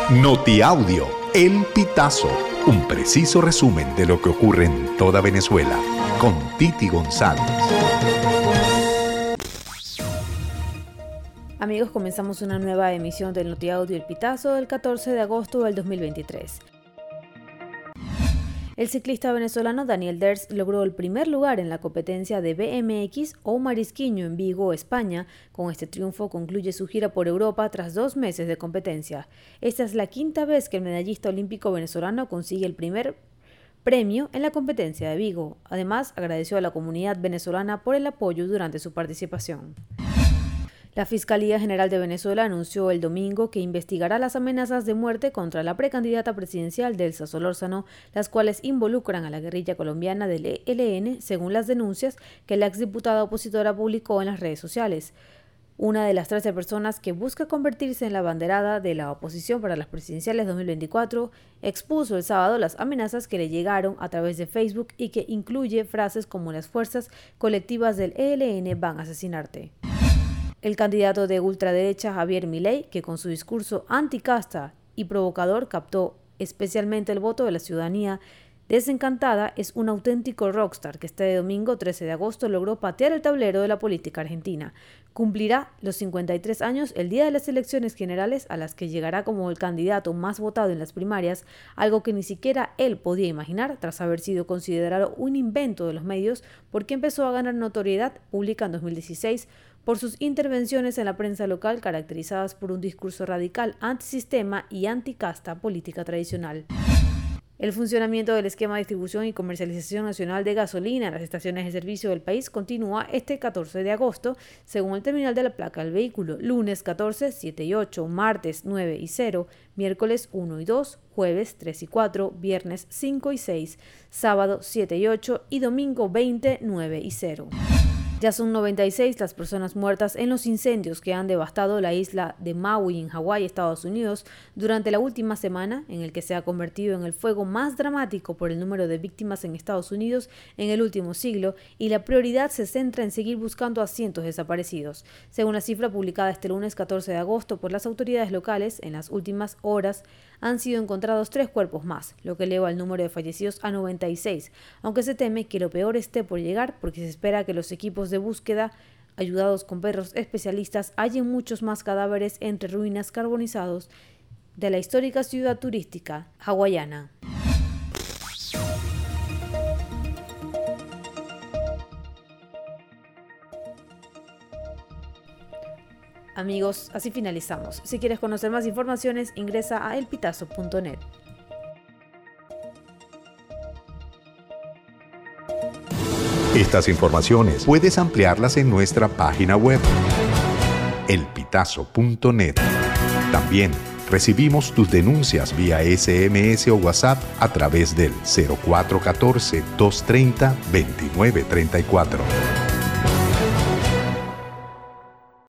Notiaudio, El Pitazo, un preciso resumen de lo que ocurre en toda Venezuela, con Titi González. Amigos, comenzamos una nueva emisión del Notiaudio El Pitazo del 14 de agosto del 2023. El ciclista venezolano Daniel Derz logró el primer lugar en la competencia de BMX o Marisquiño en Vigo, España. Con este triunfo concluye su gira por Europa tras 2 meses de competencia. Esta es la quinta vez que el medallista olímpico venezolano consigue el primer premio en la competencia de Vigo. Además, agradeció a la comunidad venezolana por el apoyo durante su participación. La Fiscalía General de Venezuela anunció el domingo que investigará las amenazas de muerte contra la precandidata presidencial Delsa Solórzano, las cuales involucran a la guerrilla colombiana del ELN, según las denuncias que la exdiputada opositora publicó en las redes sociales. Una de las 13 personas que busca convertirse en la abanderada de la oposición para las presidenciales 2024 expuso el sábado las amenazas que le llegaron a través de Facebook y que incluye frases como las fuerzas colectivas del ELN van a asesinarte. El candidato de ultraderecha Javier Milei, que con su discurso anticasta y provocador captó especialmente el voto de la ciudadanía desencantada, es un auténtico rockstar que este domingo 13 de agosto logró patear el tablero de la política argentina. Cumplirá los 53 años el día de las elecciones generales, a las que llegará como el candidato más votado en las primarias, algo que ni siquiera él podía imaginar tras haber sido considerado un invento de los medios, porque empezó a ganar notoriedad pública en 2016 por sus intervenciones en la prensa local caracterizadas por un discurso radical antisistema y anticasta política tradicional. El funcionamiento del esquema de distribución y comercialización nacional de gasolina en las estaciones de servicio del país continúa este 14 de agosto, según el terminal de la placa del vehículo: lunes 14, 7 y 8, martes 9 y 0, miércoles 1 y 2, jueves 3 y 4, viernes 5 y 6, sábado 7 y 8 y domingo 20, 9 y 0. Ya son 96 las personas muertas en los incendios que han devastado la isla de Maui en Hawái, Estados Unidos, durante la última semana, en el que se ha convertido en el fuego más dramático por el número de víctimas en Estados Unidos en el último siglo, y la prioridad se centra en seguir buscando a cientos de desaparecidos. Según la cifra publicada este lunes 14 de agosto por las autoridades locales, en las últimas horas han sido encontrados 3 cuerpos más, lo que eleva el número de fallecidos a 96, aunque se teme que lo peor esté por llegar, porque se espera que los equipos de búsqueda, ayudados con perros especialistas, hallen muchos más cadáveres entre ruinas carbonizados de la histórica ciudad turística hawaiana. Amigos, así finalizamos. Si quieres conocer más informaciones, ingresa a elpitazo.net. Estas informaciones puedes ampliarlas en nuestra página web, elpitazo.net. También recibimos tus denuncias vía SMS o WhatsApp a través del 0414-230-2934.